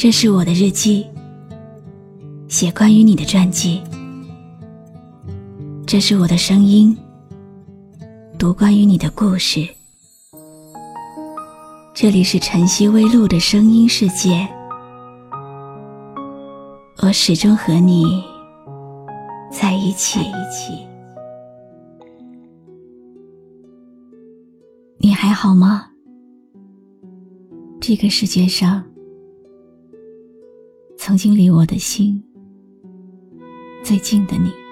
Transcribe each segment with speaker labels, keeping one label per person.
Speaker 1: 这是我的日记，写关于你的传记。这是我的声音，读关于你的故事。这里是晨曦微露的声音世界，我始终和你在一起。你还好吗？这个世界上曾经离我的心最近的你，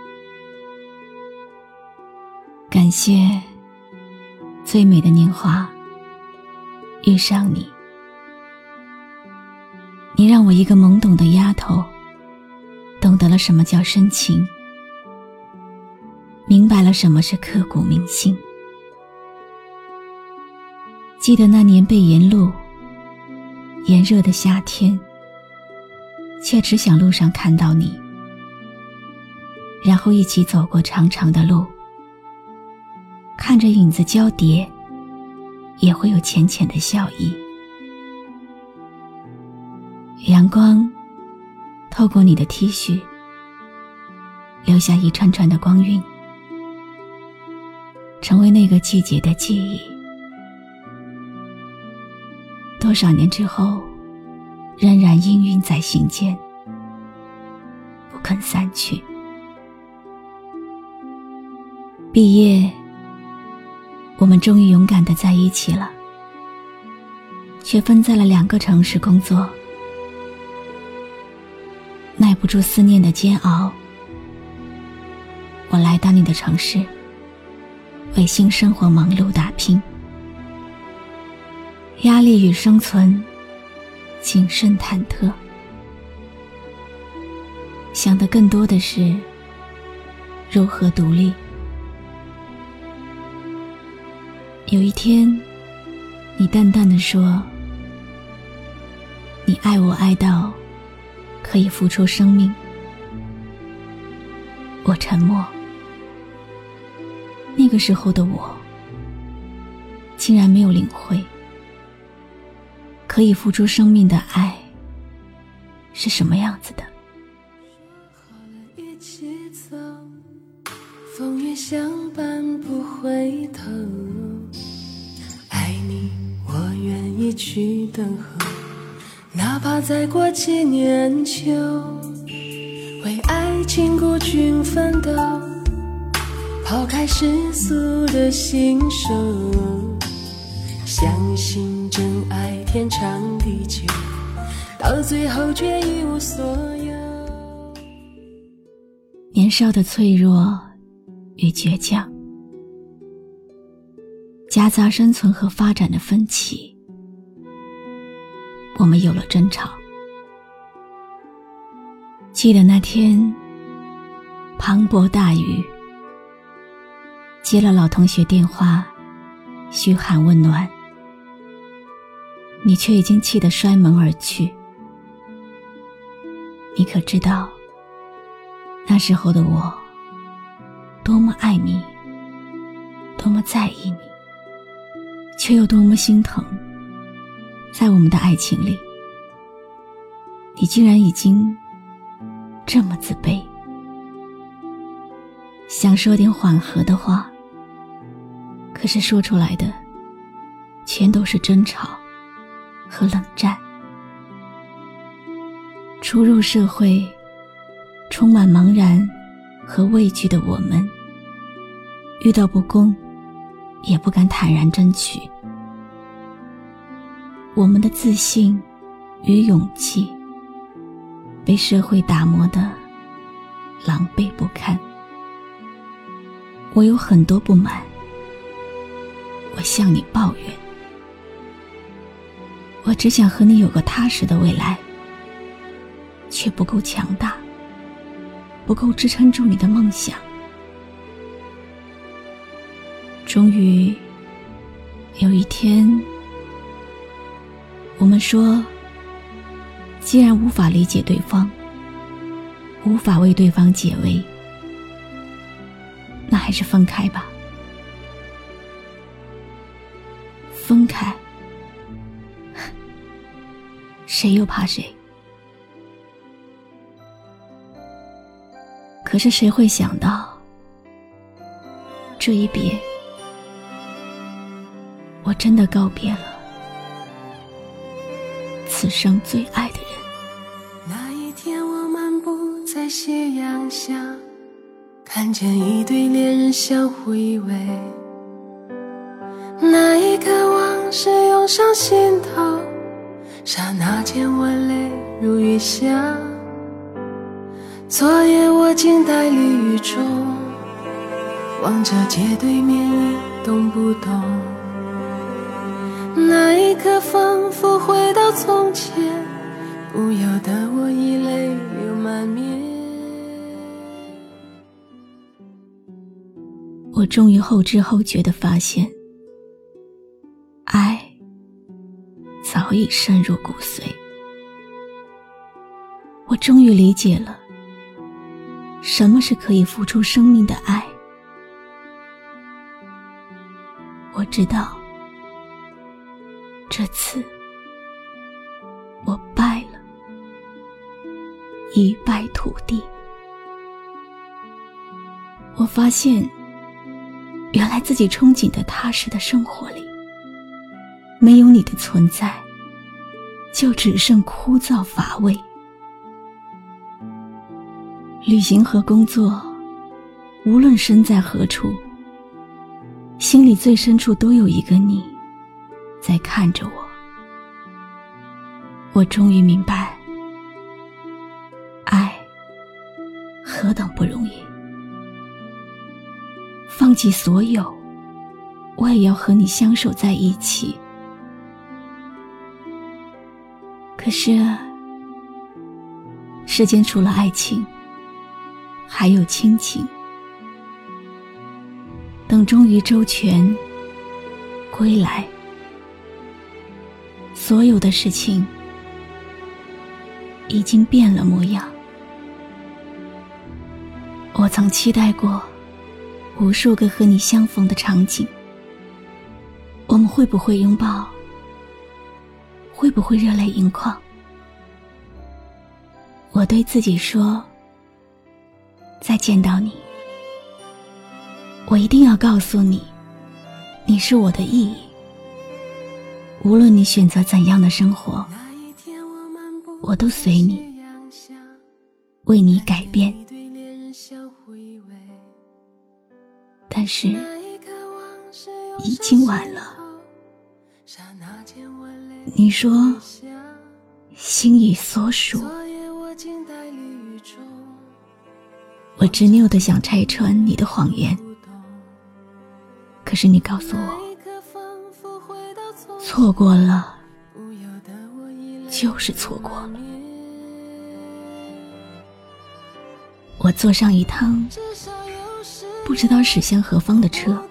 Speaker 1: 感谢最美的年华遇上你。你让我一个懵懂的丫头懂得了什么叫深情，明白了什么是刻骨铭心。记得那年背沿路，炎热的夏天，却只想路上看到你，然后一起走过长长的路，看着影子交叠，也会有浅浅的笑意。阳光透过你的 T 恤，留下一串串的光晕，成为那个季节的记忆。多少年之后，仍然氤氲在心间，不肯散去。毕业，我们终于勇敢地在一起了，却分在了2个城市工作。耐不住思念的煎熬，我来到你的城市，为新生活忙碌打拼。压力与生存，谨慎忐忑，想的更多的是如何独立。有一天，你淡淡地说，你爱我爱到可以付出生命。我沉默。那个时候的我，竟然没有领会可以付出生命的爱是什么样子的。
Speaker 2: 说好了一起走，风雨相伴不回头，爱你我愿意去等候，哪怕再过几年秋，为爱情孤军奋斗，抛开世俗的信手，相信真爱天长地久，到最后却一无所有。
Speaker 1: 年少的脆弱与倔强，夹杂生存和发展的分歧，我们有了争吵。记得那天磅礴大雨，接了老同学电话嘘寒问暖，你却已经气得摔门而去。你可知道那时候的我多么爱你，多么在意你，却又多么心疼。在我们的爱情里，你竟然已经这么自卑。想说点缓和的话，可是说出来的全都是争吵和冷战。初入社会，充满茫然和畏惧的我们，遇到不公也不敢坦然争取。我们的自信与勇气被社会打磨得狼狈不堪。我有很多不满，我向你抱怨，我只想和你有个踏实的未来，却不够强大，不够支撑住你的梦想。终于有一天，我们说，既然无法理解对方，无法为对方解围，那还是分开吧。分开，谁又怕谁？ 是谁会想到，这一别，我真的告别了此生最爱的人。
Speaker 2: 那一天我漫步在夕阳下，看见一对恋人相互依偎，那一刻往事涌上心头，刹那间我泪如雨下。昨夜我静待绿雨中，望着街对面一动不动，那一刻仿佛回到从前，不由得我已泪流满面。
Speaker 1: 我终于后知后觉地发现，爱早已深入骨髓。我终于理解了什么是可以付出生命的爱。我知道这次我败了，一败涂地。我发现原来自己憧憬的踏实的生活里，没有你的存在，就只剩枯燥乏味。旅行和工作，无论身在何处，心里最深处都有一个你在看着我。我终于明白，爱何等不容易。放弃所有，我也要和你相守在一起。可是，世间除了爱情，还有亲情。等终于周全归来，所有的事情已经变了模样。我曾期待过无数个和你相逢的场景，我们会不会拥抱？会不会热泪盈眶？我对自己说，再见到你，我一定要告诉你，你是我的意义。无论你选择怎样的生活，我都随你，为你改变。但是已经晚了。你说心已所属，我执拗地想拆穿你的谎言，可是你告诉我，错过了就是错过了。我坐上一趟不知道驶向何方的车，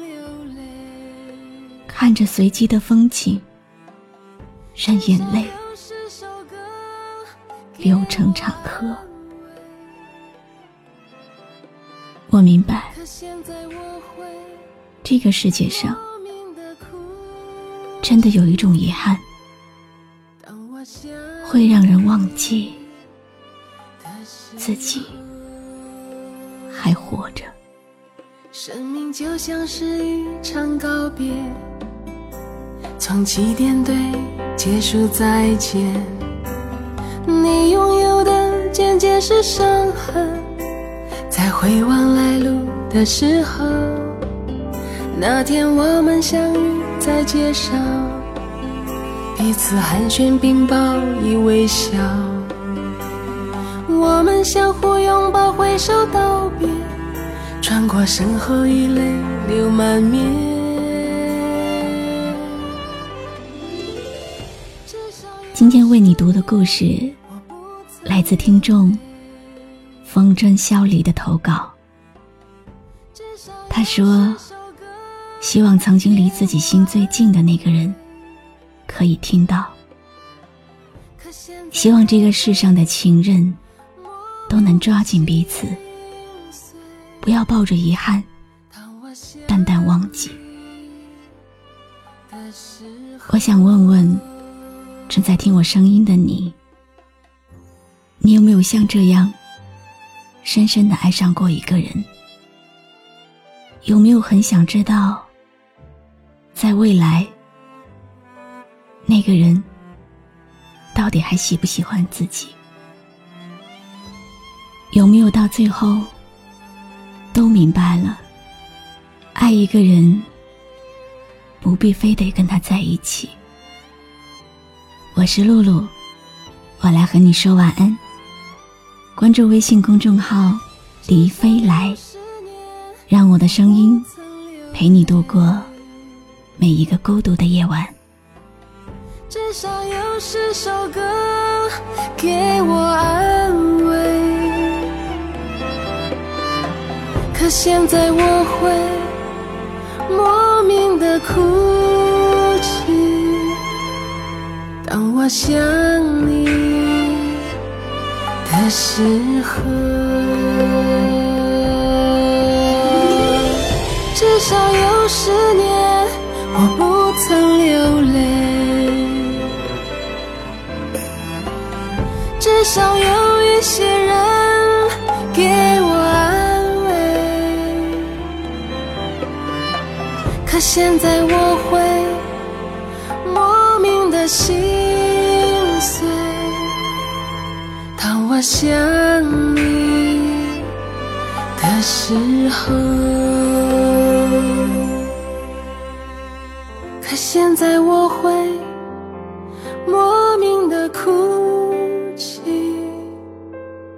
Speaker 1: 看着随机的风景，任眼泪流成长河。我明白，这个世界上真的有一种遗憾，会让人忘记自己还活着。
Speaker 2: 生命就像是一场告别，从起点对结束再见，你拥有的渐渐是伤痕，在回望来路的时候，那天我们相遇在街上，彼此寒暄并报以微笑，我们相互拥抱挥手道别，穿过身后已泪流满面。
Speaker 1: 今天为你读的故事来自听众风筝萧离的投稿。他说，希望曾经离自己心最近的那个人可以听到，希望这个世上的情人都能抓紧彼此，不要抱着遗憾淡淡忘记。我想问问正在听我声音的你，你有没有像这样深深地爱上过一个人？有没有很想知道，在未来，那个人到底还喜不喜欢自己？有没有到最后都明白了，爱一个人不必非得跟他在一起？我是露露，我来和你说晚安。关注微信公众号黎飞来，让我的声音陪你度过每一个孤独的夜晚。
Speaker 2: 至少有10首歌给我安慰，可现在我会莫名的哭泣，当我想你的时候。至少有10年我不曾流泪，至少有一些人给我安慰，可现在我会莫名的心碎，当我想你的时候。可现在我会莫名的哭泣，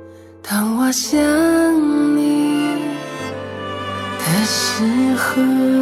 Speaker 2: 当我想你的时候。